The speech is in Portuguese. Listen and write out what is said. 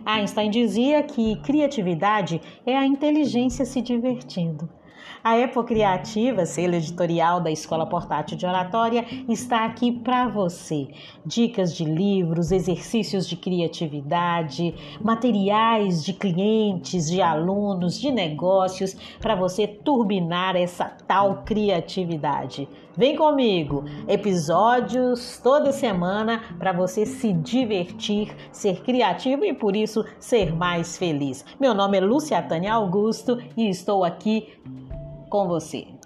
Einstein dizia que criatividade é a inteligência se divertindo. A Epocriativa, selo editorial da Escola Portátil de Oratória, está aqui para você. Dicas de livros, exercícios de criatividade, materiais de clientes, de alunos, de negócios, para você turbinar essa tal criatividade. Vem comigo! Episódios toda semana para você se divertir, ser criativo e, por isso, ser mais feliz. Meu nome é Lúcia Tânia Augusto e estou aqui com você.